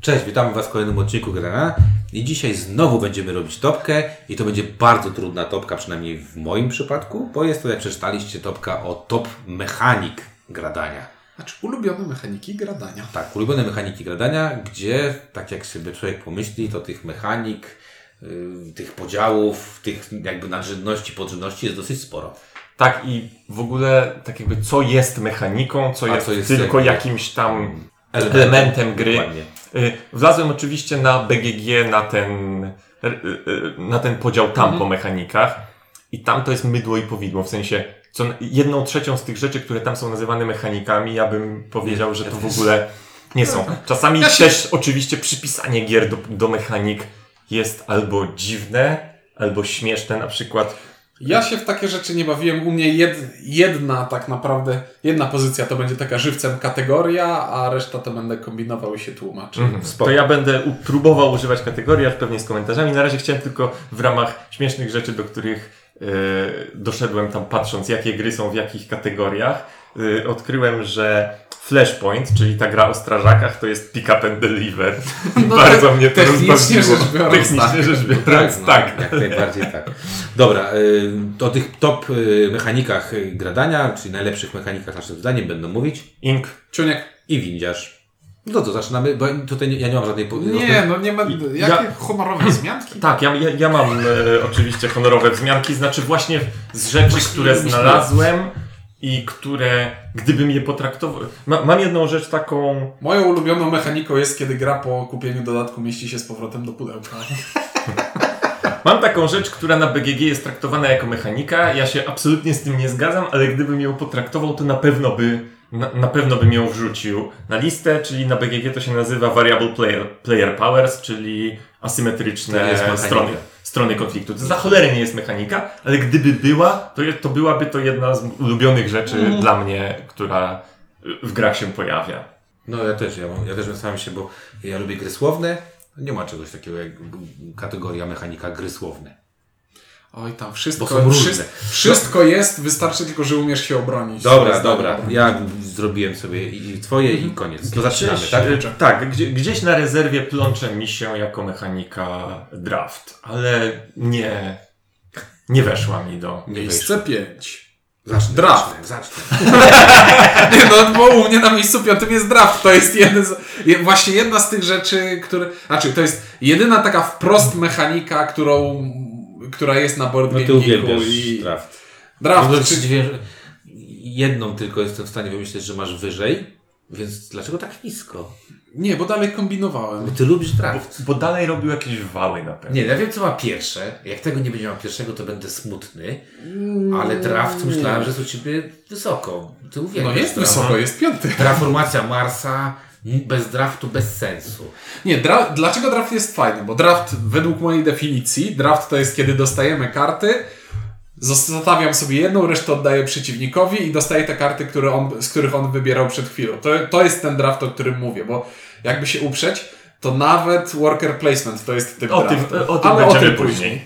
Cześć, witamy Was w kolejnym odcinku Grania i dzisiaj znowu będziemy robić topkę i to będzie bardzo trudna topka, przynajmniej w moim przypadku, bo jest to, jak przeczytaliście, topka o top mechanik gradania. Znaczy ulubione mechaniki gradania. Tak, ulubione mechaniki gradania, gdzie, tak jak sobie człowiek pomyśli, to tych mechanik, tych podziałów, tych jakby nadrzędności, podrzędności jest dosyć sporo. Tak i w ogóle tak jakby co jest mechaniką, co jest tylko jakimś tam elementem gry. Dokładnie. Wlazłem oczywiście na BGG, na ten podział tam po mechanikach i tam to jest mydło i powidło, w sensie 1/3 z tych rzeczy, które tam są nazywane mechanikami, ja bym powiedział, że to w ogóle nie są. Czasami też oczywiście przypisanie gier do mechanik jest albo dziwne, albo śmieszne, na przykład. Ja się w takie rzeczy nie bawiłem. U mnie jedna pozycja to będzie taka żywcem kategoria, a reszta to będę kombinował i się tłumaczył. To ja będę próbował używać kategorii, aż pewnie z komentarzami. Na razie chciałem tylko w ramach śmiesznych rzeczy, do których doszedłem tam patrząc, jakie gry są w jakich kategoriach. Odkryłem, że Flashpoint, czyli ta gra o strażakach, to jest pick up and deliver. No Bardzo mnie to technicznie rozbawiło. Technicznie rzecz biorąc, tak. Jak najbardziej tak. Dobra, o tych top mechanikach gradania, czyli najlepszych mechanikach naszym zdaniem będą mówić Ink, Ciuniek. i windziarz. No to zaczynamy, bo tutaj ja nie mam żadnej... Nie ma... Jakie honorowe wzmianki? Tak, ja mam oczywiście honorowe wzmianki, znaczy właśnie z rzeczy, które znalazłem i które, gdybym je potraktował... Mam jedną rzecz taką... Moją ulubioną mechaniką jest, kiedy gra po kupieniu dodatku mieści się z powrotem do pudełka. Mam taką rzecz, która na BGG jest traktowana jako mechanika. Ja się absolutnie z tym nie zgadzam, ale gdybym ją potraktował, to na pewno bym ją wrzucił na listę, czyli na BGG to się nazywa Variable Player Powers, czyli asymetryczne strony konfliktu. To za cholerę nie jest mechanika, ale gdyby była, to byłaby to jedna z ulubionych rzeczy dla mnie, która w grach się pojawia. No ja też zastanawiam się, bo ja lubię gry słowne. Nie ma czegoś takiego jak kategoria mechanika gry słowne. Oj, tam wszystko jest, wystarczy tylko, że umiesz się obronić. Dobra. Ja zrobiłem sobie i twoje i koniec. To zaczynamy, tak? Tak, gdzieś na rezerwie plącze mi się jako mechanika draft, ale nie weszła mi do... Miejsce 5. Zacznę. Nie, no bo u mnie na miejscu 5 jest draft. To jest właśnie jedna z tych rzeczy, to jest jedyna taka wprost mechanika, która jest na board gamingu. No ty uwielbiasz draft. Draft. Jedną tylko jestem w stanie wymyśleć, że masz wyżej, więc dlaczego tak nisko? Nie, bo dalej kombinowałem. Bo ty lubisz draft. Bo dalej robił jakieś wały na pewno. Nie, ja wiem co ma pierwsze. Jak tego nie będzie miał pierwszego, to będę smutny. Ale draft myślałem, że jest u ciebie wysoko. Ty uwielbiasz. No jest wysoko, jest 5. Terraformacja Marsa bez draftu, bez sensu. Nie, dlaczego draft jest fajny? Bo draft, według mojej definicji, draft to jest kiedy dostajemy karty, zostawiam sobie jedną, resztę oddaję przeciwnikowi i dostaję te karty, z których on wybierał przed chwilą. To jest ten draft, o którym mówię, bo jakby się uprzeć, to nawet worker placement to jest typ draftu. Ale o tym później.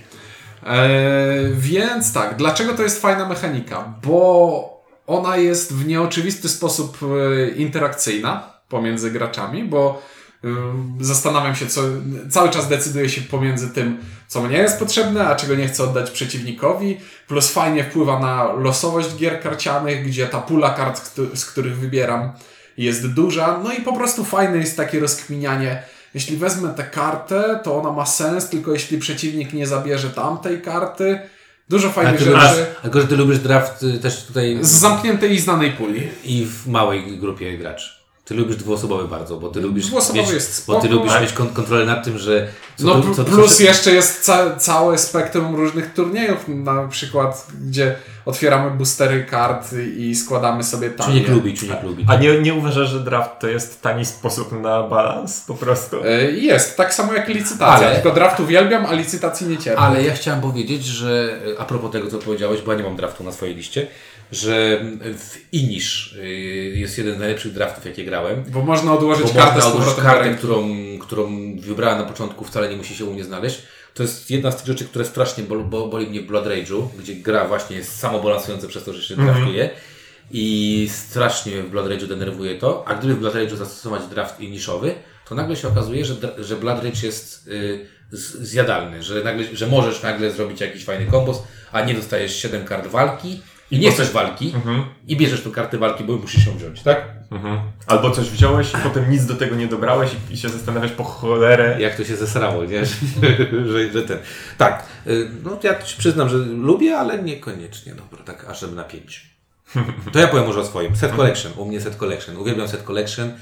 Więc tak, dlaczego to jest fajna mechanika? Bo ona jest w nieoczywisty sposób interakcyjna pomiędzy graczami, bo zastanawiam się, cały czas decyduję się pomiędzy tym, co mnie jest potrzebne, a czego nie chcę oddać przeciwnikowi, plus fajnie wpływa na losowość gier karcianych, gdzie ta pula kart, z których wybieram, jest duża, no i po prostu fajne jest takie rozkminianie. Jeśli wezmę tę kartę, to ona ma sens, tylko jeśli przeciwnik nie zabierze tamtej karty. Dużo fajnych rzeczy. Tylko, że ty lubisz draft też tutaj... Z zamkniętej i znanej puli. I w małej grupie graczy. Ty lubisz dwuosobowy bardzo, bo ty lubisz mieć kontrolę nad tym, że... Plus jeszcze jest całe spektrum różnych turniejów, na przykład, gdzie otwieramy boostery kart i składamy sobie tanie. Czujnik lubi. A nie uważasz, że draft to jest tani sposób na balans po prostu? Jest, tak samo jak licytacja. Tylko draft uwielbiam, a licytacji nie cierpię. Ale ja chciałem powiedzieć, że a propos tego, co powiedziałeś, bo ja nie mam draftu na swojej liście, że w Inish jest jeden z najlepszych draftów, jakie grałem. Bo można odłożyć kartę którą wybrałem na początku, wcale nie musi się u mnie znaleźć. To jest jedna z tych rzeczy, które strasznie boli mnie w Blood Rage'u, gdzie gra właśnie jest samobalansująca przez to, że się draftuje. I strasznie w Blood Rage'u denerwuje to. A gdyby w Blood Rage'u zastosować draft iniszowy, to nagle się okazuje, że Blood Rage jest zjadalny, że możesz nagle zrobić jakiś fajny kombos, a nie dostajesz 7 kart walki i nie chcesz walki i bierzesz tu kartę walki, bo musisz ją wziąć, tak? Albo coś wziąłeś i potem nic do tego nie dobrałeś i się zastanawiasz po cholerę. Jak to się zesrało, nie? że ten. Tak, no ja ci przyznam, że lubię, ale niekoniecznie. Dobra, tak aż żeby na 5. To ja powiem może o swoim. Set Collection. U mnie Set Collection. Uwielbiam Set Collection.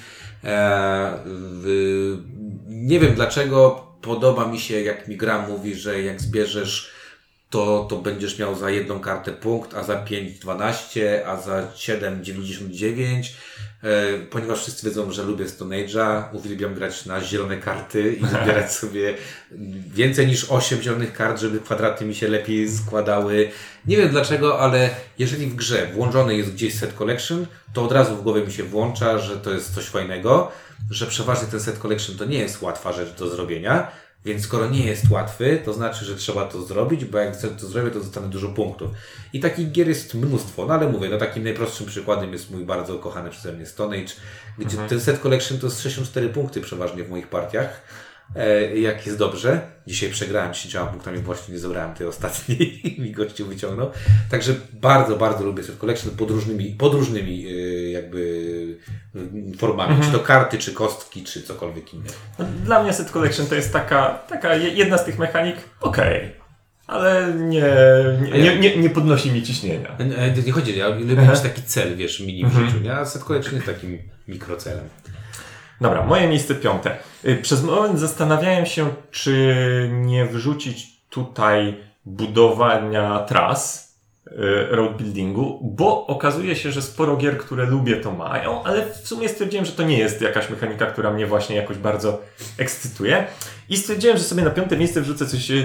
Nie wiem dlaczego. Podoba mi się, jak mi gra mówi, że jak zbierzesz to będziesz miał za jedną kartę punkt, a za 5 12, a za 7 99. Ponieważ wszyscy wiedzą, że lubię Stone Age'a, uwielbiam grać na zielone karty i wybierać sobie więcej niż 8 zielonych kart, żeby kwadraty mi się lepiej składały. Nie wiem dlaczego, ale jeżeli w grze włączony jest gdzieś Set Collection, to od razu w głowie mi się włącza, że to jest coś fajnego, że przeważnie ten Set Collection to nie jest łatwa rzecz do zrobienia. Więc skoro nie jest łatwy, to znaczy, że trzeba to zrobić, bo jak to zrobię, to dostanę dużo punktów. I takich gier jest mnóstwo, no ale mówię, no takim najprostszym przykładem jest mój bardzo kochany przeze mnie Stone Age, gdzie ten Set Collection to jest 64 punkty przeważnie w moich partiach, jak jest dobrze. Dzisiaj przegrałem 10 punktami, właśnie nie zebrałem tej ostatniej i mi gościu wyciągnął. Także bardzo, bardzo lubię Set Collection pod różnymi jakby formami, czy to karty, czy kostki, czy cokolwiek innego. Dla mnie Set Collection to jest taka jedna z tych mechanik, ale nie podnosi mi ciśnienia. Nie chodzi, ja lubię mieć taki cel, wiesz, mini w życiu, nie? A Set Collection jest takim mikrocelem. Dobra, moje miejsce 5. Przez moment zastanawiałem się, czy nie wrzucić tutaj budowania tras, road buildingu, bo okazuje się, że sporo gier, które lubię, to mają, ale w sumie stwierdziłem, że to nie jest jakaś mechanika, która mnie właśnie jakoś bardzo ekscytuje. I stwierdziłem, że sobie na 5. miejsce wrzucę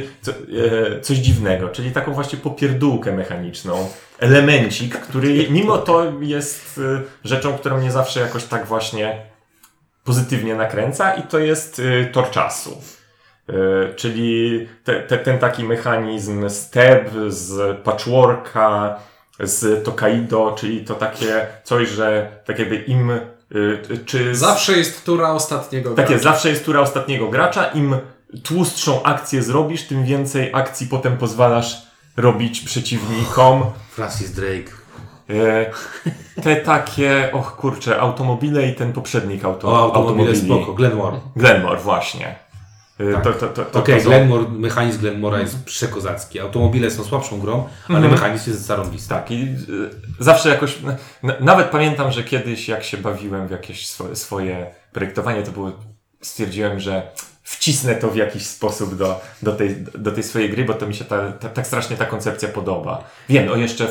coś dziwnego, czyli taką właśnie popierdółkę mechaniczną, elemencik, który mimo to jest rzeczą, która mnie zawsze jakoś tak właśnie pozytywnie nakręca i to jest tor czasu. Czyli ten taki mechanizm step z patchworka, z Tokaido, czyli to takie coś, że tak jakby zawsze jest tura ostatniego gracza. Tak jest, zawsze jest tura ostatniego gracza. Im tłustszą akcję zrobisz, tym więcej akcji potem pozwalasz robić przeciwnikom. Francis Drake. Te takie, automobile i ten poprzednik automobile spoko, Glenmore. Glenmore, właśnie. Tak. Glenmore, mechanizm Glenmore'a jest przekozacki. Automobile są słabszą grą, ale mechanizm jest zarąbisty. Tak, i zawsze jakoś, nawet pamiętam, że kiedyś jak się bawiłem w jakieś swoje projektowanie, stwierdziłem, że wcisnę to w jakiś sposób do tej swojej gry, bo to mi się tak strasznie ta koncepcja podoba. Wiem, jeszcze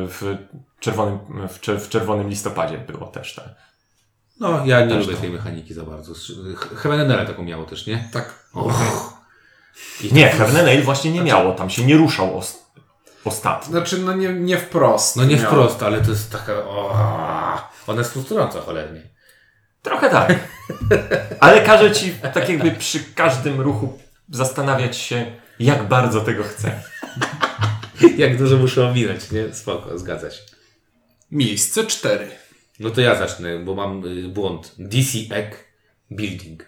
w czerwonym listopadzie było też tak. No, ja nie lubię tej mechaniki za bardzo. Heaven and Hell taką miało też, nie? Tak. Nie, Heaven and Hell właśnie nie miało, tam się nie ruszał ostatnio. Znaczy, no nie wprost. No nie wprost, ale to jest taka... Ona jest frustrująca cholernie. Trochę tak. Ale każe ci tak jakby przy każdym ruchu zastanawiać się, jak bardzo tego chcę. Jak dużo muszę ominąć, nie? Spoko, zgadza się. Miejsce 4. No to ja zacznę, bo mam błąd. DC Egg Building.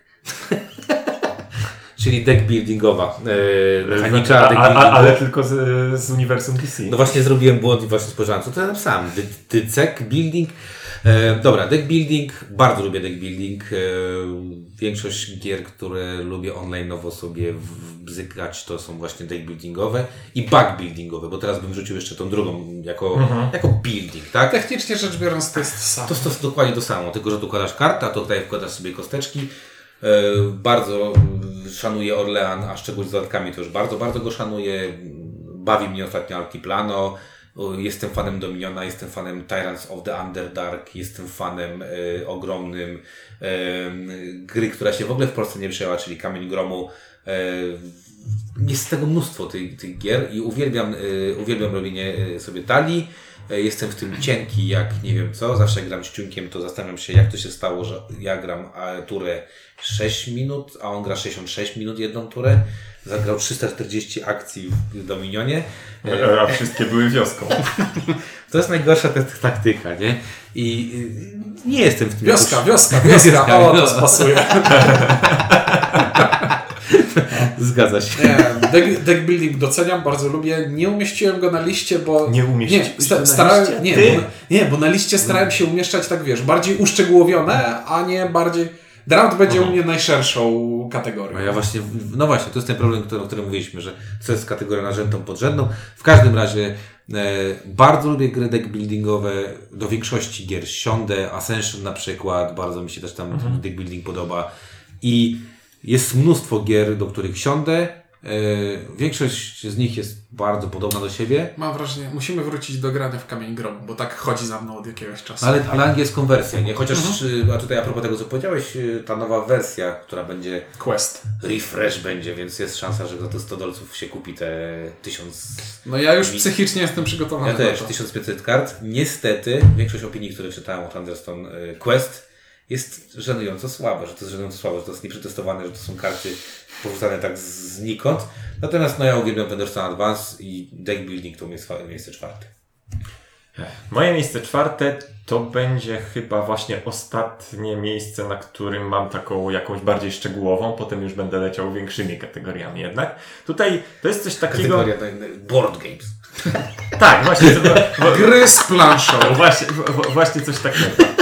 Czyli deck buildingowa mechanika. Ale tylko z uniwersum DC. No właśnie zrobiłem błąd i właśnie spojrzałem, co to ja napisałem. Deck building. Dobra, deck building. Bardzo lubię deck building. Większość gier, które lubię online'owo sobie bzykać, to są właśnie deck buildingowe i bug buildingowe, bo teraz bym wrzucił jeszcze tą drugą jako building, tak? Technicznie rzecz biorąc to jest to samo. To jest dokładnie to samo, tylko że tu wkładasz kartę, a tutaj wkładasz sobie kosteczki. Bardzo szanuję Orlean, a szczególnie z dodatkami to już bardzo, bardzo go szanuję. Bawi mnie ostatnio Altiplano. Jestem fanem Dominiona, jestem fanem Tyrants of the Underdark, jestem fanem ogromnym gry, która się w ogóle w Polsce nie przyjęła, czyli Kamień Gromu. Jest z tego mnóstwo tych gier i uwielbiam robienie sobie talii. Jestem w tym cienki jak nie wiem co. Zawsze jak gram ściunkiem, to zastanawiam się, jak to się stało, że ja gram turę 6 minut, a on gra 66 minut jedną turę. Zagrał 340 akcji w Dominionie. A wszystkie były wioską. To jest najgorsza taktyka, nie? I nie jestem w tym... Wioska, o, to spasuje. Zgadza się. Nie, deck building doceniam, bardzo lubię. Nie umieściłem go na liście, bo... Nie umieściłeś bo na liście starałem się umieszczać tak, wiesz, bardziej uszczegółowione, a nie bardziej... Draft będzie u mnie najszerszą kategorią. No właśnie, to jest ten problem, o którym mówiliśmy, że co jest kategorią narzędną, podrzędną. W każdym razie bardzo lubię gry deck buildingowe. Do większości gier siądę. Ascension na przykład, bardzo mi się też tam deck building podoba. I jest mnóstwo gier, do których siądę. Większość z nich jest bardzo podobna do siebie. Mam wrażenie, musimy wrócić do grania w Kamień Grobu, bo tak chodzi za mną od jakiegoś czasu. Ale angielską wersję, nie? Chociaż, a tutaj a propos tego, co powiedziałeś, ta nowa wersja, która będzie... Quest. Refresh będzie, więc jest szansa, że za te $100 się kupi te 1000... No ja już psychicznie jestem przygotowany. Ja też, 1500 kart. Niestety, większość opinii, które czytałem o Thunderstone Quest jest żenująco słabe, że to jest żenująco słabe, że to jest nieprzetestowane, że to są karty porzucane tak znikąd. Natomiast ja uwielbiam Thunderstone Advance i deck building to miejsce 4. Moje miejsce 4 to będzie chyba właśnie ostatnie miejsce, na którym mam taką jakąś bardziej szczegółową, potem już będę leciał większymi kategoriami jednak. Tutaj to jest coś takiego... Kategoria board games. Tak, właśnie. Gry z planszą. Właśnie coś takiego.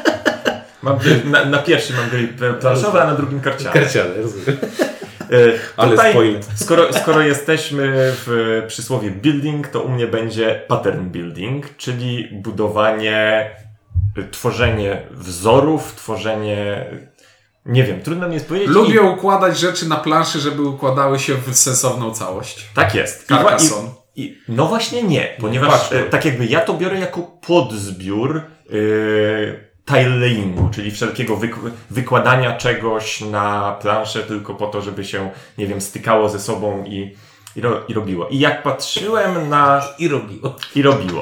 Na pierwszym mam gry planszowe, a na drugim karciane. Rozumiem. Ale tutaj, spoiler. Skoro jesteśmy w przysłowie building, to u mnie będzie pattern building, czyli budowanie, tworzenie wzorów, tworzenie... Nie wiem, trudno mi jest powiedzieć. Lubię układać rzeczy na planszy, żeby układały się w sensowną całość. Tak jest. Carcassonne. No właśnie nie, ponieważ tak jakby ja to biorę jako podzbiór tile layingu, czyli wszelkiego wykładania czegoś na planszę tylko po to, żeby się, nie wiem, stykało ze sobą i robiło. I jak patrzyłem na... I robiło.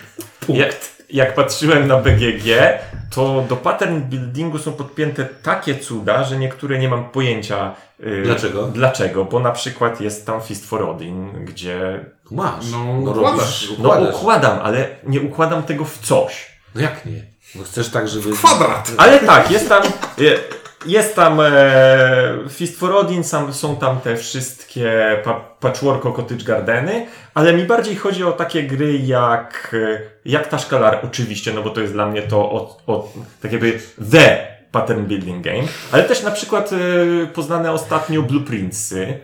Jak patrzyłem na BGG, to do pattern buildingu są podpięte takie cuda, że niektóre nie mam pojęcia dlaczego. Bo na przykład jest tam Fist for Odin, gdzie... Masz. Układam, ale nie układam tego w coś. No jak nie? No chcesz tak, żeby... Kwadrat! Ale tak, jest tam Fist for Odin, są tam te wszystkie patchworko cottage gardeny, ale mi bardziej chodzi o takie gry jak ta szkalar, oczywiście, no bo to jest dla mnie to tak jakby the pattern building game, ale też na przykład poznane ostatnio Blueprintsy,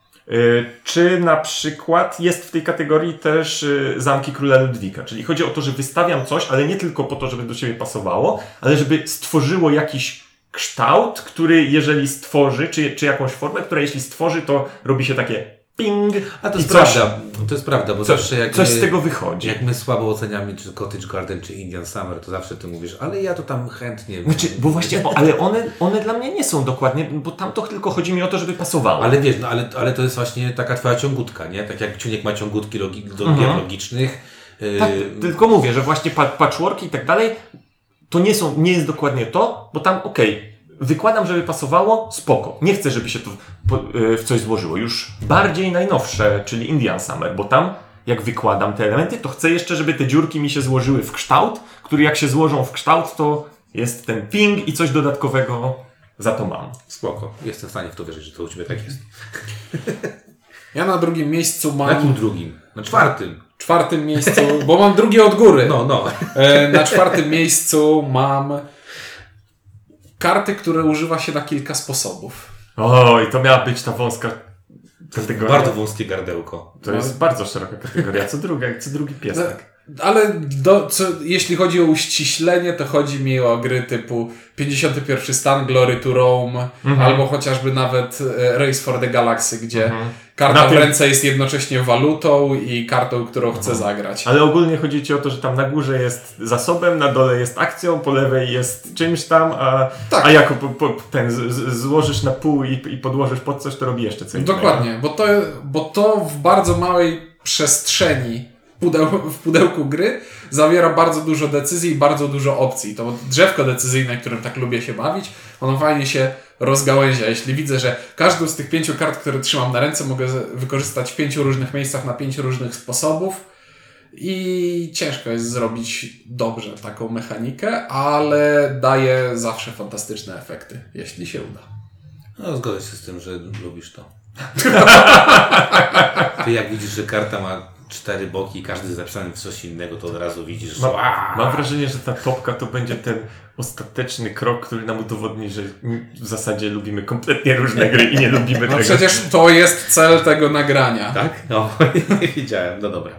czy na przykład jest w tej kategorii też Zamki Króla Ludwika, czyli chodzi o to, że wystawiam coś, ale nie tylko po to, żeby do siebie pasowało, ale żeby stworzyło jakiś kształt, który jeżeli stworzy, czy jakąś formę, która jeśli stworzy, to robi się takie ping. A to jest prawda. To jest prawda, bo zawsze jak coś z tego wychodzi. Jak my słabo oceniamy czy Cottage Garden, czy Indian Summer, to zawsze ty mówisz, ale ja to tam chętnie... Bo właśnie, ale one dla mnie nie są dokładnie, bo tam to tylko chodzi mi o to, żeby pasowało. Ale wiesz, ale to jest właśnie taka twoja ciągutka, nie? Tak jak Ciuniek ma ciągutki do gier logicznych. Tak, tylko mówię, że właśnie patchworki i tak dalej, to nie jest dokładnie to, bo tam wykładam, żeby pasowało, spoko. Nie chcę, żeby się to w coś złożyło. Już bardziej najnowsze, czyli Indian Summer, bo tam jak wykładam te elementy, to chcę jeszcze, żeby te dziurki mi się złożyły w kształt, który jak się złożą w kształt, to jest ten ping i coś dodatkowego za to mam. Spoko. Jestem w stanie w to wierzyć, że to u Ciebie tak jest. Ja na drugim miejscu mam... Na jakim drugim? Na czwartym. Czwartym miejscu, bo mam drugie od góry. No. Na czwartym miejscu mam karty, które używa się na kilka sposobów. Oj, to miała być ta wąska kategoria. Bardzo wąskie gardełko. To jest bardzo szeroka kategoria. Co drugi piesek. Ale jeśli chodzi o uściślenie, to chodzi mi o gry typu 51 Stan, Glory to Rome, albo chociażby nawet Race for the Galaxy, gdzie karta w ręce jest jednocześnie walutą i kartą, którą chcę zagrać. Ale ogólnie chodzi ci o to, że tam na górze jest zasobem, na dole jest akcją, po lewej jest czymś tam, a jak złożysz na pół i podłożysz pod coś, to robi jeszcze co innego. Dokładnie, bo to w bardzo małej przestrzeni w pudełku gry zawiera bardzo dużo decyzji i bardzo dużo opcji. To drzewko decyzyjne, którym tak lubię się bawić, ono fajnie się rozgałęzia. Jeśli widzę, że każdą z tych 5 kart, które trzymam na ręce, mogę wykorzystać w 5 różnych miejscach na 5 różnych sposobów i ciężko jest zrobić dobrze taką mechanikę, ale daje zawsze fantastyczne efekty, jeśli się uda. No, zgodzę się z tym, że lubisz to. Ty jak widzisz, że karta ma 4 boki i każdy jest zapisany w coś innego, to od razu widzisz, że... Mam wrażenie, że ta topka to będzie ten ostateczny krok, który nam udowodni, że w zasadzie lubimy kompletnie różne gry i nie lubimy No tego. przecież to jest cel tego nagrania. Tak? No, nie wiedziałem. No dobra.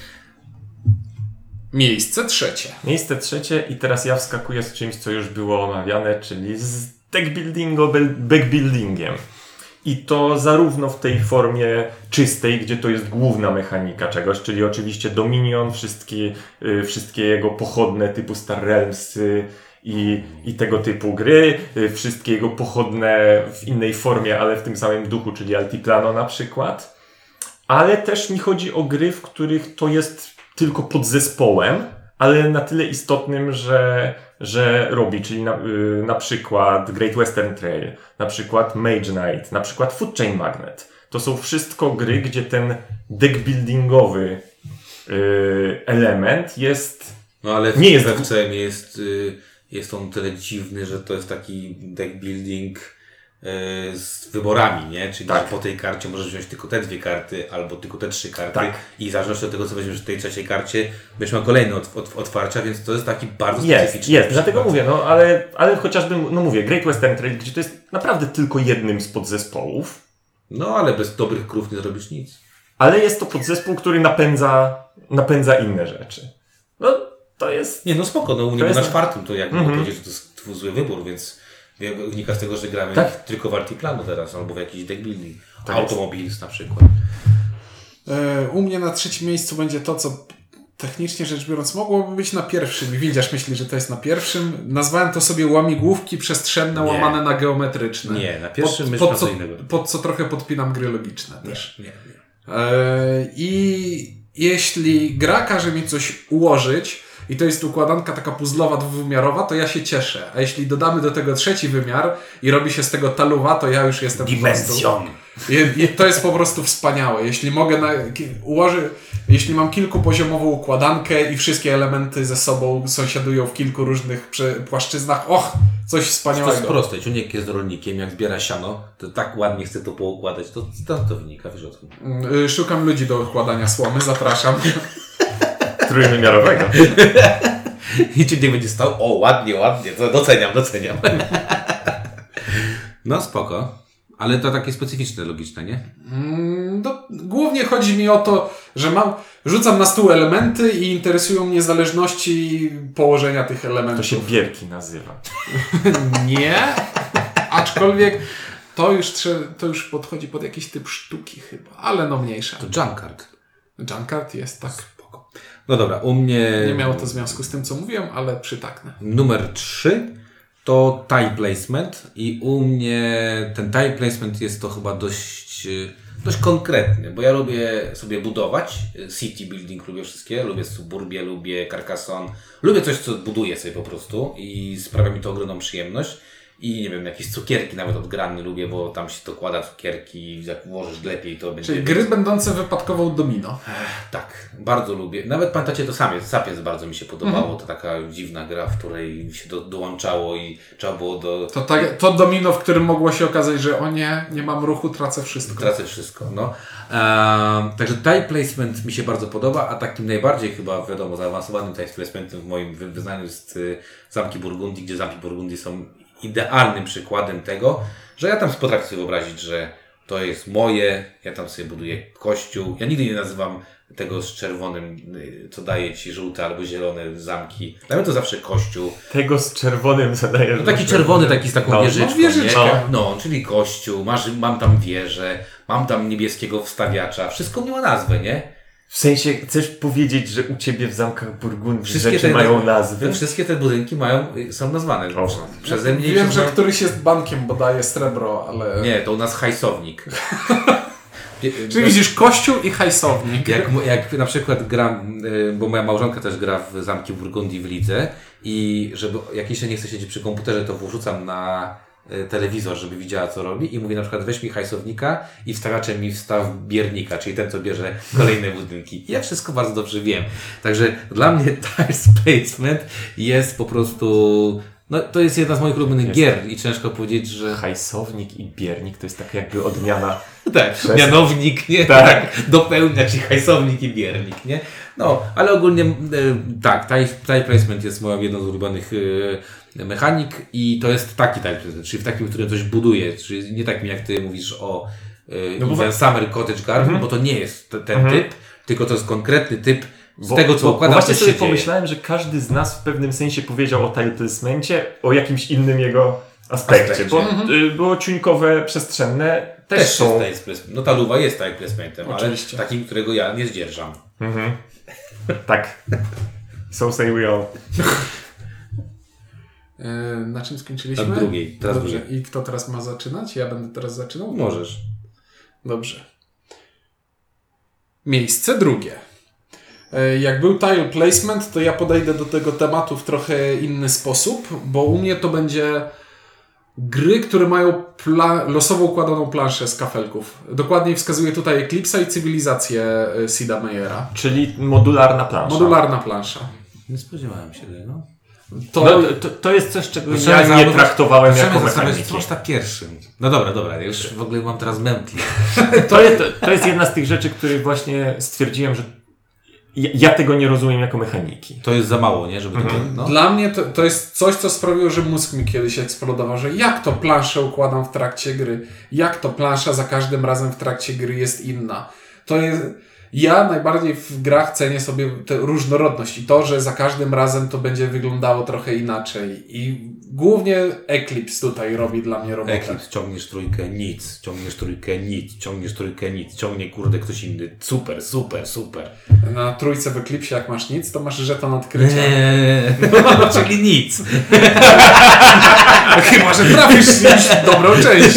Miejsce trzecie. Miejsce trzecie i teraz ja wskakuję z czymś, co już było omawiane, czyli z backbuildingiem. I to zarówno w tej formie czystej, gdzie to jest główna mechanika czegoś, czyli oczywiście Dominion, wszystkie jego pochodne typu Star Realms i tego typu gry, wszystkie jego pochodne w innej formie, ale w tym samym duchu, czyli Altiplano na przykład. Ale też mi chodzi o gry, w których to jest tylko podzespołem, ale na tyle istotnym, że robi, czyli na przykład Great Western Trail, na przykład Mage Knight, na przykład Food Chain Magnet. To są wszystko gry, gdzie ten deckbuildingowy element jest... No ale nie jest w FCM jest on tyle dziwny, że to jest taki deckbuilding z wyborami, nie? Czyli tak. po tej karcie możesz wziąć tylko te 2 karty, albo tylko te 3 karty i w zależności od tego, co weźmiesz w tej trzeciej karcie, będziesz miał kolejne otwarcia, więc to jest taki bardzo specyficzny. Jest, dlatego mówię, no ale chociażby, no mówię, Great Western Trail, gdzie to jest naprawdę tylko jednym z podzespołów. No ale bez dobrych krów nie zrobisz nic. Ale jest to podzespół, który napędza inne rzeczy. No to jest... Nie, no spoko, no u mnie jest... na 4 to jak mogę powiedzieć, że to jest twój zły wybór, więc wynika z tego, że gramy tylko w Altiplano teraz, albo w jakiś deckbuilding. Automobiles na przykład. U mnie na trzecim miejscu będzie to, co technicznie rzecz biorąc mogłoby być na pierwszym. Widzisz, myśli, że to jest na pierwszym. Nazwałem to sobie łamigłówki przestrzenne łamane na geometryczne. Nie, na pierwszym myślę co innego. Pod co trochę podpinam gry logiczne też. Nie. I jeśli gra każe mi coś ułożyć i to jest układanka taka puzzlowa, dwuwymiarowa, to ja się cieszę. A jeśli dodamy do tego trzeci wymiar i robi się z tego taluwa, to ja już jestem Dimension. To jest po prostu wspaniałe. Jeśli mogę jeśli mam kilkupoziomową układankę i wszystkie elementy ze sobą sąsiadują w kilku różnych płaszczyznach, coś wspaniałego. To jest proste. Ciuniek jest rolnikiem, jak zbiera siano, to tak ładnie chce to poukładać. To wynika, wiesz o tym. Szukam ludzi do układania słomy, zapraszam. Trójwymiarowego. I Ciuniek będzie stał, ładnie, to doceniam. No spoko. Ale to takie specyficzne, logiczne, nie? Głównie chodzi mi o to, że rzucam na stół elementy i interesują mnie zależności położenia tych elementów. To się bierki nazywa. Nie, aczkolwiek to już podchodzi pod jakiś typ sztuki chyba, ale no mniejsza. To Junkard. Junkard jest, tak. Spoko. No dobra, u mnie... Nie miało to związku z tym, co mówiłem, ale przytaknę. Numer 3 to tile placement i u mnie ten tile placement jest to chyba dość konkretny, bo ja lubię sobie budować, city building lubię wszystkie, lubię Suburbię, lubię Carcassonne, lubię coś, co buduję sobie po prostu i sprawia mi to ogromną przyjemność. I nie wiem, jakieś cukierki nawet odgrane lubię, bo tam się dokłada cukierki i jak włożysz lepiej, to będzie... Czyli gry będące wypadkową domino. Tak, bardzo lubię. Nawet pamiętacie to Sapiens bardzo mi się podobało. To taka dziwna gra, w której się dołączało i trzeba było To domino, w którym mogło się okazać, że nie mam ruchu, tracę wszystko. No. Także tile placement mi się bardzo podoba, a takim najbardziej chyba, wiadomo, zaawansowanym tile placementem w moim wyznaniu jest Zamki Burgundii, gdzie Zamki Burgundii są idealnym przykładem tego, że ja tam potrafię sobie wyobrazić, że to jest moje, ja tam sobie buduję kościół. Ja nigdy nie nazywam tego z czerwonym, co daje ci żółte albo zielone zamki. Dla mnie to zawsze kościół. Tego z czerwonym zadaje. No taki czerwony, taki z taką wieżyczką. Wieżyczkę. No, czyli kościół, mam tam wieżę, mam tam niebieskiego wstawiacza. Wszystko miała nazwę, nie? W sensie, chcesz powiedzieć, że u Ciebie w Zamkach Burgundii rzeczy mają nazwy? Wszystkie te budynki są nazwane. Przeze mnie. Wiem, że któryś jest bankiem, bo daje srebro, ale... Nie, to u nas hajsownik. Czyli widzisz kościół i hajsownik. Jak na przykład gram, bo moja małżonka też gra w Zamki Burgundii w lidze i żeby jak jeszcze nie chce siedzieć przy komputerze, to wrzucam na telewizor, żeby widziała, co robi i mówię na przykład weź mi hajsownika i wstawiaczem mi wstaw biernika, czyli ten, co bierze kolejne budynki. Ja wszystko bardzo dobrze wiem. Także dla mnie Tiles Placement jest po prostu... No, to jest jedna z moich ulubionych gier i ciężko powiedzieć, że... Hajsownik i biernik to jest tak jakby odmiana. Tak, mianownik, nie? Tak. Dopełnia ci hajsownik i biernik, nie? No, ale ogólnie tak, Tile Placement jest moją jedną z ulubionych mechanik i to jest taki Tile Placement, czyli w takim, w którym coś buduje, czyli nie takim jak ty mówisz o Summer Cottage Garden, bo to nie jest ten typ, tylko to jest konkretny typ z tego, co układam, właśnie sobie dzieje. pomyślałem, że każdy z nas w pewnym sensie powiedział o Tile Placemencie, o jakimś innym jego aspekcie. Bo było ciuńkowe, przestrzenne też są... Jest Tile Placement. No ta luwa jest Tile Placementem, Oczywiście. ale takim, którego ja nie zdzierżam. Tak. So say we all. Na czym skończyliśmy? Na drugiej. Teraz Dobrze. drugiej. I kto teraz ma zaczynać? Ja będę teraz zaczynał? Możesz. Dobrze. Miejsce drugie. Jak był tile placement, to ja podejdę do tego tematu w trochę inny sposób, bo u mnie to będzie gry, które mają losowo układaną planszę z kafelków. Dokładniej wskazuję tutaj Eclipse'a i cywilizację Sida Meiera. Czyli modularna plansza. Modularna plansza. Nie spodziewałem się tego, no. To jest coś, czego ja nie traktowałem jako mechaniki. Co masz na pierwszym? No dobra, już w ogóle mam teraz mętli. To jest jedna z tych rzeczy, których właśnie stwierdziłem, że ja tego nie rozumiem jako mechaniki. To jest za mało, nie? Żeby no. Dla mnie to jest coś, co sprawiło, że mózg mi kiedyś eksplodował, że jak to planszę układam w trakcie gry? Jak to plansza za każdym razem w trakcie gry jest inna? To jest... Ja najbardziej w grach cenię sobie tę różnorodność i to, że za każdym razem to będzie wyglądało trochę inaczej. I głównie Eclipse tutaj robi dla mnie robotę. Eclipse, ciągniesz trójkę, nic. Ciągniesz trójkę, nic. Ciągniesz trójkę, nic. Ciągnie, kurde, ktoś inny. Super. Na trójce w Eclipse jak masz nic, to masz żeton odkrycia. No, czyli nic. Chyba, że trafisz z czymś dobrą część.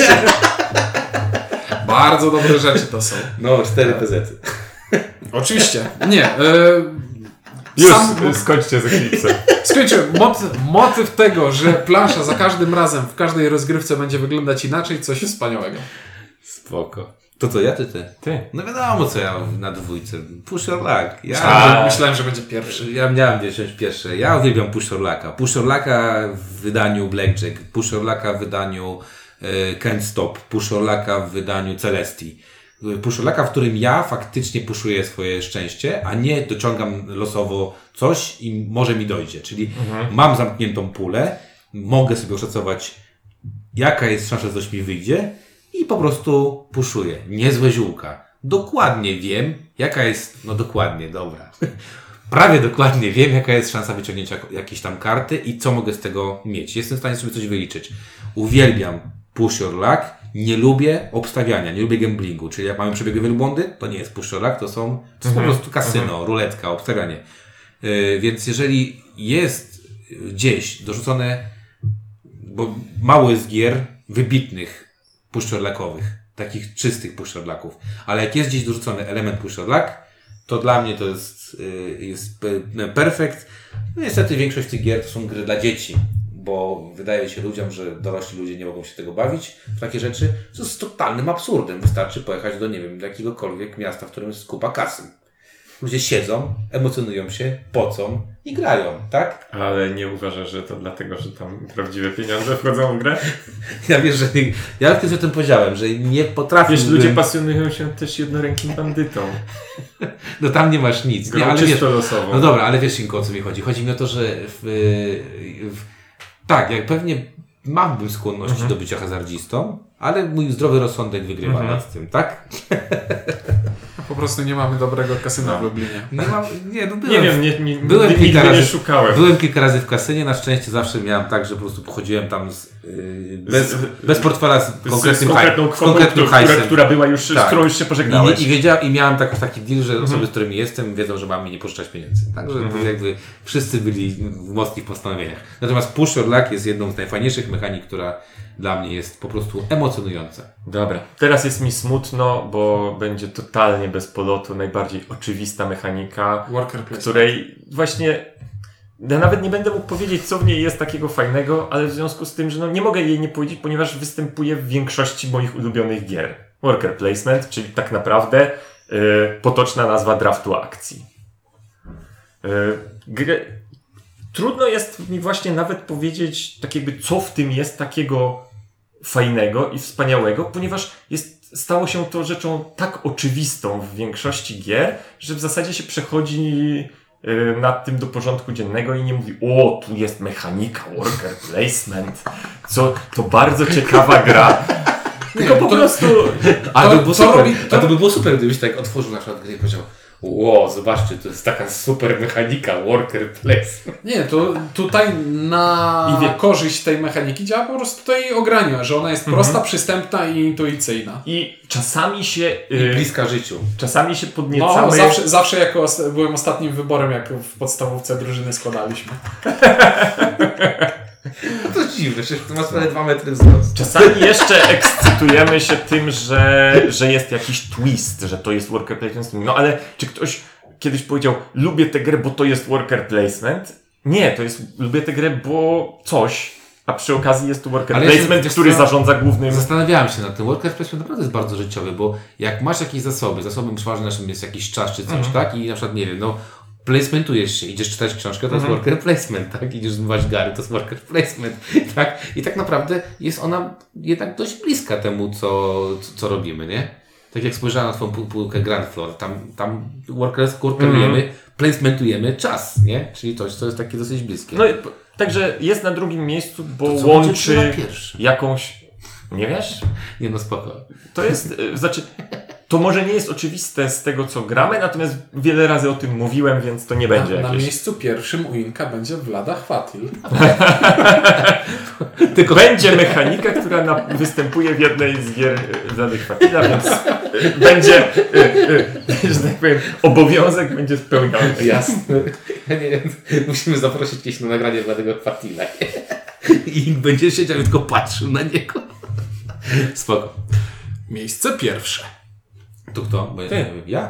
Bardzo dobre rzeczy to są. No, 4 PZ. Oczywiście. Nie. Już, skończcie z Eclipse'em. Skończyłem. Motyw tego, że plansza za każdym razem w każdej rozgrywce będzie wyglądać inaczej, coś wspaniałego. Spoko. To co, ja czy ty? Ty. No wiadomo, co ja na dwójce. Push or luck. Myślałem, że będzie pierwszy. Ja miałem wziąć pierwszy. Ja uwielbiam Push or lucka. Push or lucka w wydaniu Blackjack. Push or lucka w wydaniu Can't Stop. Push or lucka w wydaniu Celestii. Push or lucka, w którym ja faktycznie puszuję swoje szczęście, a nie dociągam losowo coś i może mi dojdzie. Czyli mam zamkniętą pulę, mogę sobie oszacować, jaka jest szansa, że coś mi wyjdzie i po prostu puszuję. Niezłe ziółka. Dokładnie wiem, jaka jest, no dokładnie, dobra. Prawie dokładnie wiem, jaka jest szansa wyciągnięcia jakiejś tam karty i co mogę z tego mieć. Jestem w stanie sobie coś wyliczyć. Uwielbiam Push or luck. Nie lubię obstawiania, nie lubię gamblingu. Czyli jak mamy przebiegłe wielbłądy, to nie jest push or luck, to jest po prostu kasyno, ruletka, obstawianie. Więc jeżeli jest gdzieś dorzucone, bo mało jest gier wybitnych push or luckowych, takich czystych push or lucków, ale jak jest gdzieś dorzucony element push or luck, to dla mnie to jest perfekt. No niestety większość tych gier to są gry dla dzieci, bo wydaje się ludziom, że dorośli ludzie nie mogą się tego bawić w takie rzeczy, co jest totalnym absurdem. Wystarczy pojechać do, nie wiem, do jakiegokolwiek miasta, w którym jest kupa kasy. Ludzie siedzą, emocjonują się, pocą i grają, tak? Ale nie uważasz, że to dlatego, że tam prawdziwe pieniądze wchodzą w grę? Ja wiesz, że ja kiedyś o tym powiedziałem, że nie potrafię... Wiesz, ludzie pasjonują się też jednorękim bandytą. No tam nie masz nic. Grą Nie, ale czysto wiesz, losowo. no dobra, ale wiesz, Inko, o co mi chodzi. Chodzi mi o to, że tak, jak pewnie mam skłonności do bycia hazardzistą, ale mój zdrowy rozsądek wygrywa nad tym, tak? Po prostu nie mamy dobrego kasyna w Lublinie. Byłem kilka nigdy razy, nie szukałem. Byłem kilka razy w kasynie, na szczęście zawsze miałem tak, że po prostu pochodziłem tam bez portfela z konkretnym hajsem. Która była już, tak. Z którą już się pożegnałeś. I miałem taki deal, że osoby, z którymi jestem, wiedzą, że mam mi nie pożyczać pieniędzy. Także jakby wszyscy byli w mocnych postanowieniach. Natomiast Push or Luck jest jedną z najfajniejszych mechanik, która dla mnie jest po prostu emocjonujące. Dobra, teraz jest mi smutno, bo będzie totalnie bez polotu najbardziej oczywista mechanika, Worker placement. której właśnie ja nawet nie będę mógł powiedzieć, co w niej jest takiego fajnego, ale w związku z tym, że no nie mogę jej nie powiedzieć, ponieważ występuje w większości moich ulubionych gier. Worker placement, czyli tak naprawdę potoczna nazwa draftu akcji. Trudno jest mi właśnie nawet powiedzieć tak jakby, co w tym jest takiego fajnego i wspaniałego, ponieważ stało się to rzeczą tak oczywistą w większości gier, że w zasadzie się przechodzi nad tym do porządku dziennego i nie mówi, o, tu jest mechanika, worker placement, co to bardzo ciekawa gra. Tylko po prostu... To by było super, gdybyś tak otworzył na przykład grę i powiedział, ło, zobaczcie, to jest taka super mechanika, worker placement. Nie, to tutaj na korzyść tej mechaniki działa po prostu tutaj ogrania, że ona jest prosta, przystępna i intuicyjna. I czasami się... I bliska życiu. Czasami się podniecamy... No, zawsze jako byłem ostatnim wyborem, jak w podstawówce drużyny składaliśmy. No to dziwne, przecież to masz prawie 2 metry wzrostu. Czasami jeszcze ekscytujemy się tym, że jest jakiś twist, że to jest worker placement. No ale czy ktoś kiedyś powiedział, lubię tę grę, bo to jest worker placement? Nie, to jest, lubię tę grę, bo coś, a przy okazji jest tu worker placement, który zarządza głównym... Zastanawiałem się nad tym. Worker placement naprawdę jest bardzo życiowy, bo jak masz jakieś zasobem przeważnie naszym jest jakiś czas czy coś, tak? I na przykład, nie wiem, no placementujesz się, idziesz czytać książkę, to jest worker placement, tak? Idziesz zmywać gary, to jest worker placement, tak? I tak naprawdę jest ona jednak dość bliska temu, co robimy, nie? Tak jak spojrzałem na twoją półkę Grand Floor, tam workerujemy, placementujemy czas, nie? Czyli coś, co jest takie dosyć bliskie. No i także jest na drugim miejscu, bo to łączy jakąś... Nie wiesz? Nie no, spoko. To jest, znaczy, to może nie jest oczywiste z tego, co gramy, natomiast wiele razy o tym mówiłem, więc to nie będzie Na jakieś... miejscu pierwszym u Inka będzie Vlada Chwatil. Tylko będzie mechanika, która występuje w jednej z gier Vlady Chwatila, więc będzie, że tak powiem, obowiązek będzie spełniony. Jasne. Ja nie wiem, musimy zaprosić kiedyś na nagranie Wladego Chwatila. I będzie siedział i tylko patrzył na niego. Spoko. Miejsce pierwsze. To kto? Bo ja?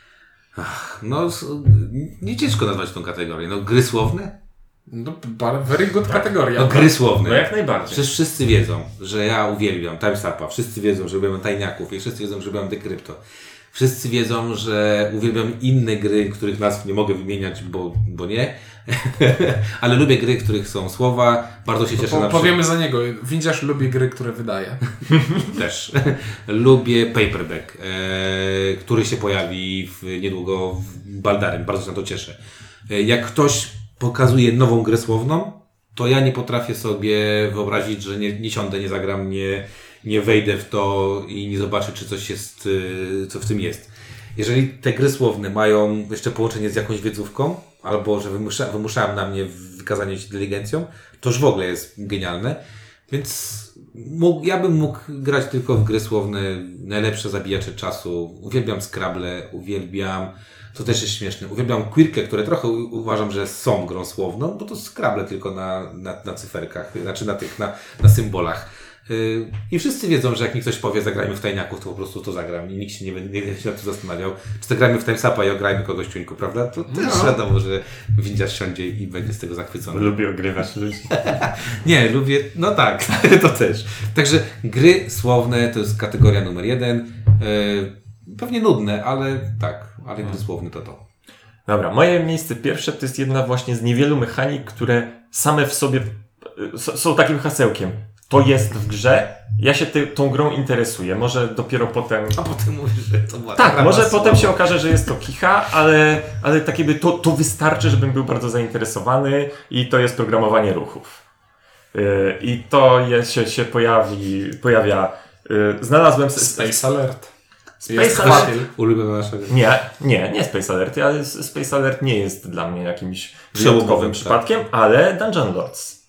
No, nie ciężko nazwać tą kategorię. No, gry słowne? No, very good kategoria. No, gry słowne. No jak najbardziej. Przecież wszyscy wiedzą, że ja uwielbiam Time's Upa. Wszyscy wiedzą, że uwielbiam tajniaków i wszyscy wiedzą, że uwielbiam Decrypto. Wszyscy wiedzą, że uwielbiam inne gry, których nazw nie mogę wymieniać, bo nie. Ale lubię gry, w których są słowa. Bardzo się cieszę na przykład. Powiemy za niego. Windziarz lubi gry, które wydaje. Też. Lubię Paperback, który się pojawi niedługo w Baldarem. Bardzo się na to cieszę. Jak ktoś pokazuje nową grę słowną, to ja nie potrafię sobie wyobrazić, że nie siądę, nie zagram, nie wejdę w to i nie zobaczę, czy coś jest, co w tym jest. Jeżeli te gry słowne mają jeszcze połączenie z jakąś wiedzówką, albo że wymuszają na mnie wykazanie się inteligencją, to już w ogóle jest genialne. Więc ja bym mógł grać tylko w gry słowne, najlepsze zabijacze czasu. Uwielbiam Scrabble, to też jest śmieszne, uwielbiam Quirkę, które trochę uważam, że są grą słowną, bo to Scrabble tylko na cyferkach, znaczy na symbolach. I wszyscy wiedzą, że jak mi ktoś powie, zagrajmy w tajniaków, to po prostu to zagram i nikt się nie będzie się nad tym zastanawiał. Czy to grajmy w Time's Upa i ograjmy kogoś ciuńku, prawda? To też wiadomo, że windziarz siądzie i będzie z tego zachwycony. Lubię ogrywać ludzi. Nie, lubię, no tak, to też. Także gry słowne to jest kategoria numer 1. Pewnie nudne, ale gry słowne to. Dobra, moje miejsce pierwsze to jest jedna właśnie z niewielu mechanik, które same w sobie są takim hasełkiem. To jest w grze, ja się tą grą interesuję, może dopiero potem... A potem mówisz, że to była tak, może potem się okaże, że jest to kicha, ale tak jakby to wystarczy, żebym był bardzo zainteresowany i to jest programowanie ruchów. I to się pojawia... Znalazłem... Space Alert. Space Alert. Ulubiona nasza gra. Nie Space Alert, ale Space Alert nie jest dla mnie jakimś wyjątkowym przypadkiem, ale Dungeon Lords.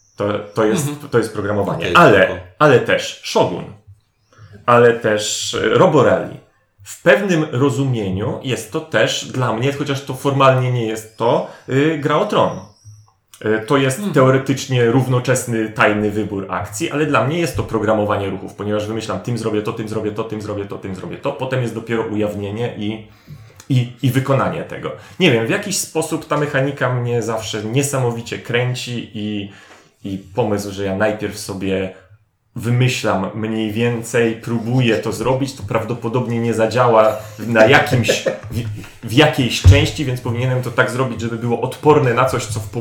To jest programowanie. Ale też Shogun. Ale też Robo Rally. W pewnym rozumieniu jest to też dla mnie, chociaż to formalnie nie jest to, gra o tron. To jest teoretycznie równoczesny, tajny wybór akcji, ale dla mnie jest to programowanie ruchów, ponieważ wymyślam, tym zrobię to, tym zrobię to, tym zrobię to, tym zrobię to. Potem jest dopiero ujawnienie i wykonanie tego. Nie wiem, w jakiś sposób ta mechanika mnie zawsze niesamowicie kręci i pomysł, że ja najpierw sobie wymyślam mniej więcej, próbuję to zrobić, to prawdopodobnie nie zadziała w jakiejś części, więc powinienem to tak zrobić, żeby było odporne na coś, co w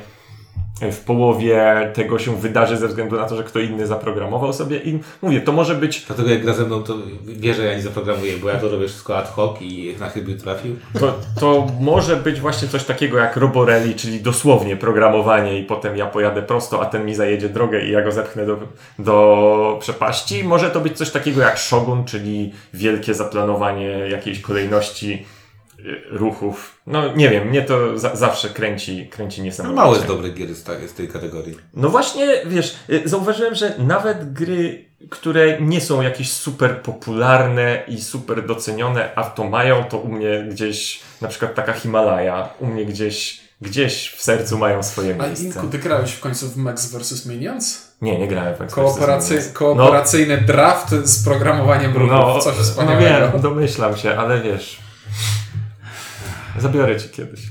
połowie tego się wydarzy ze względu na to, że kto inny zaprogramował sobie i mówię, to może być... Dlatego jak gra ze mną, to wie, że ja nie zaprogramuję, bo ja to robię wszystko ad hoc i na chyby trafił. To może być właśnie coś takiego jak Roborelli, czyli dosłownie programowanie i potem ja pojadę prosto, a ten mi zajedzie drogę i ja go zepchnę do przepaści. Może to być coś takiego jak Shogun, czyli wielkie zaplanowanie jakiejś kolejności ruchów. No nie wiem, mnie to zawsze kręci niesamowicie. No mało jest dobrych gier z tej kategorii. No właśnie, wiesz, zauważyłem, że nawet gry, które nie są jakieś super popularne i super docenione, a to mają, to u mnie gdzieś, na przykład taka Himalaja, u mnie gdzieś w sercu mają swoje miejsce. A Inku, ty grałeś w końcu w Max vs. Minions? Nie grałem w Max Kooperacyjny draft z programowaniem ruchów, coś wspaniałego. No wiem, domyślam się, ale wiesz... Zabiorę cię kiedyś.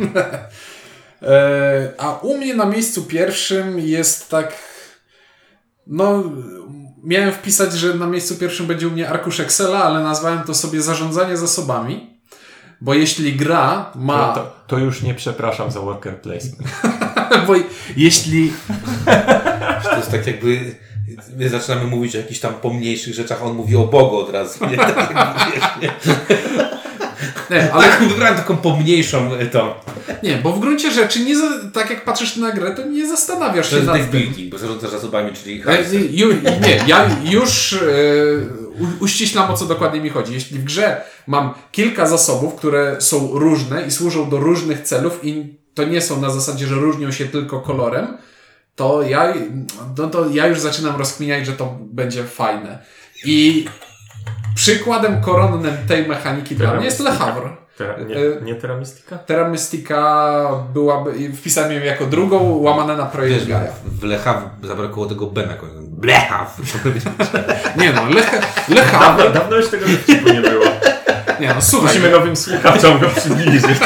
A u mnie na miejscu pierwszym jest tak... No, miałem wpisać, że na miejscu pierwszym będzie u mnie arkusz Excela, ale nazwałem to sobie zarządzanie zasobami. Bo jeśli gra ma... To już nie przepraszam za worker placement. Bo jeśli... To jest tak jakby... My zaczynamy mówić o jakichś tam pomniejszych rzeczach, a on mówi o Bogu od razu. Nie? Tak jakby, wiesz, nie? Nie, ale wybrałem taką pomniejszą to. Nie, bo w gruncie rzeczy, tak jak patrzysz na grę, to nie zastanawiasz się nad tym. To jest deck tym. building, bo zarządzasz zasobami, czyli ja już uściślam, o co dokładnie mi chodzi. Jeśli w grze mam kilka zasobów, które są różne i służą do różnych celów i to nie są na zasadzie, że różnią się tylko kolorem, to ja już zaczynam rozkminiać, że to będzie fajne. I przykładem koronnym tej mechaniki dla mnie jest Le Havre. Nie Terra Mystica? Terra Mystica byłaby, wpisałem ją jako drugą, łamane na projekt Gaia. W Le Havre zabrakło tego B na końcu. Le Havre. Nie no, Le Havre. Dawno już tego nie było. Nie no, słuchaj. Musimy nowym słuchaczom go przybliżyć.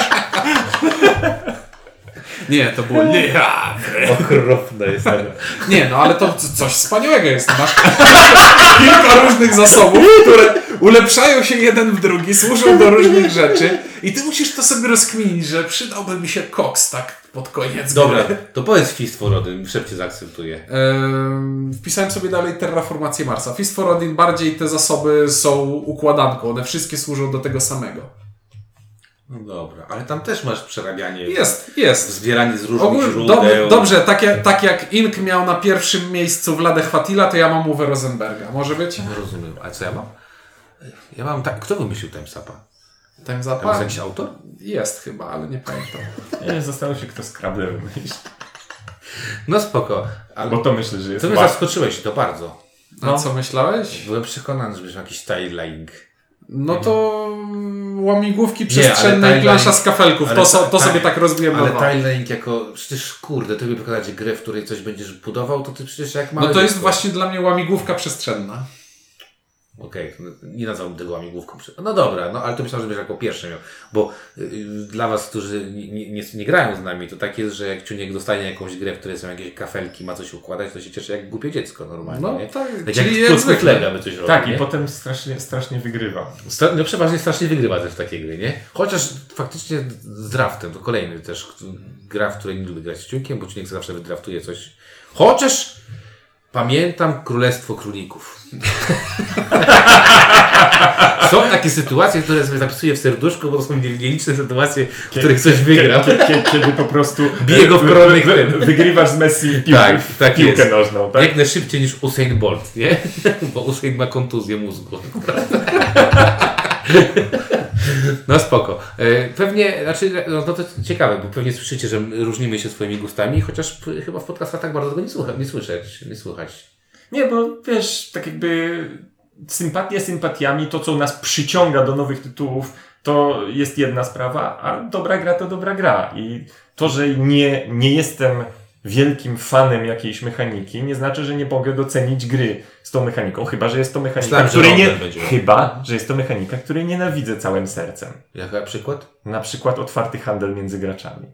Nie, to było Le Havre. Okropne jest tego. Nie, no ale to coś wspaniałego jest. Masz kilka różnych zasobów, które ulepszają się jeden w drugi, służą do różnych rzeczy i ty musisz to sobie rozkminić, że przydałby mi się koks tak pod koniec. Dobra, to powiedz Fist for Odin, szybciej zaakceptuję. Wpisałem sobie dalej terraformację Marsa. Fist for Odin bardziej te zasoby są układanką, one wszystkie służą do tego samego. No dobra, ale tam też masz przerabianie. Jest. Zbieranie z różnych źródeł. Dobrze, tak jak Ink miał na pierwszym miejscu Vladę Chwatila, to ja mam Uwe Rosenberga. Może być? Rozumiem. A co ja mam? Ja mam tak. Kto wymyślił Timesapa? Timesapa? Tam jest jakiś autor? Jest chyba, ale nie pamiętam. Ja zastanów się, kto Scrabble wymyślił. No spoko. Ale bo to myślę, że jest. To mnie zaskoczyłeś to bardzo. No. Co myślałeś? Byłem przekonany, że będzie jakiś tiling. No to łamigłówki przestrzenne i plansza z kafelków. To sobie tak rozbiłem. Ale tiling jako... Przecież kurde, ty mi pokazać grę, w której coś będziesz budował, to ty przecież jak mały... No to jest właśnie dla mnie łamigłówka przestrzenna. Okej, nie nazwałbym tego łamigłówką. No dobra, no ale to myślałem, że będziesz jako pierwszy miał. Bo dla was, którzy nie grają z nami, to tak jest, że jak Ciuniek dostanie jakąś grę, w której są jakieś kafelki, ma coś układać, to się cieszy jak głupie dziecko normalnie. No nie? tak, tak czyli jak zwykle my coś robimy. Tak, nie? i potem strasznie wygrywa. No przeważnie strasznie wygrywa też w takie gry, nie? Chociaż faktycznie z draftem, to kolejny też gra, w której nie lubię grać z Ciunkiem, bo Ciuniek zawsze wydraftuje coś. Chociaż pamiętam Królestwo Królików. Są takie sytuacje, które sobie zapisuję w serduszku, bo to są nieliczne sytuacje, w których coś wygra. Kiedy po prostu bije go w koronnych wygrywasz z Messi tak piłkę jest. nożną. Tak? Biegnę szybciej niż Usain Bolt, nie? Bo Usain ma kontuzję mózgu. No spoko. Pewnie, no to ciekawe, bo pewnie słyszycie, że różnimy się swoimi gustami, chociaż chyba w podcastach tak bardzo tego nie słychać. Nie, bo wiesz, tak jakby sympatia sympatiami, to co nas przyciąga do nowych tytułów, to jest jedna sprawa, a dobra gra to dobra gra. I to, że nie jestem wielkim fanem jakiejś mechaniki, nie znaczy, że nie mogę docenić gry z tą mechaniką. Chyba, że jest to mechanika, której nienawidzę całym sercem. Jaki przykład? Na przykład otwarty handel między graczami.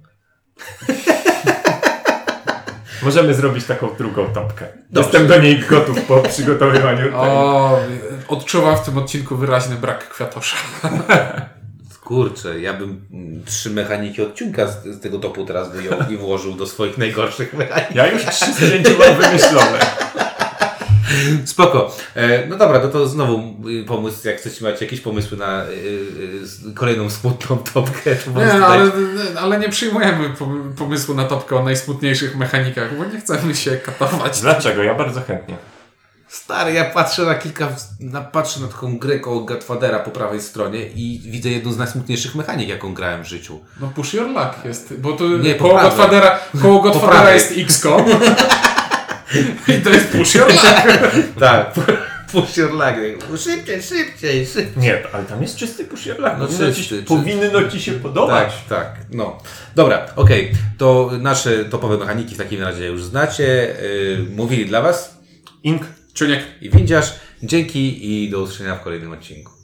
Możemy zrobić taką drugą topkę. Jestem do niej gotów po przygotowywaniu. Odczuwam w tym odcinku wyraźny brak kwiatosza. Kurczę, ja bym 3 mechaniki od Ciunka z tego topu teraz wyjął i włożył do swoich najgorszych mechanik. Ja już 3 z 5 mam wymyślone. Spoko. No dobra, to znowu pomysł, jak chcecie macie jakieś pomysły na kolejną smutną topkę. To Nie, ale nie przyjmujemy pomysłu na topkę o najsmutniejszych mechanikach, bo nie chcemy się katować. Dlaczego? Ja bardzo chętnie. Stary, ja patrzę patrzę na taką grę koło Godfathera po prawej stronie i widzę jedną z najsmutniejszych mechanik, jaką grałem w życiu. No push your luck jest, bo tu Nie, koło Godfathera jest XCOM i to jest push your luck. Tak, push your luck. Szybciej. Nie, ale tam jest czysty push your luck. No Powinno ci się podobać. Tak, no. Dobra, okej. To nasze topowe mechaniki w takim razie już znacie. Mówili dla Was Ink, Czuniek i Windziarz. Dzięki i do usłyszenia w kolejnym odcinku.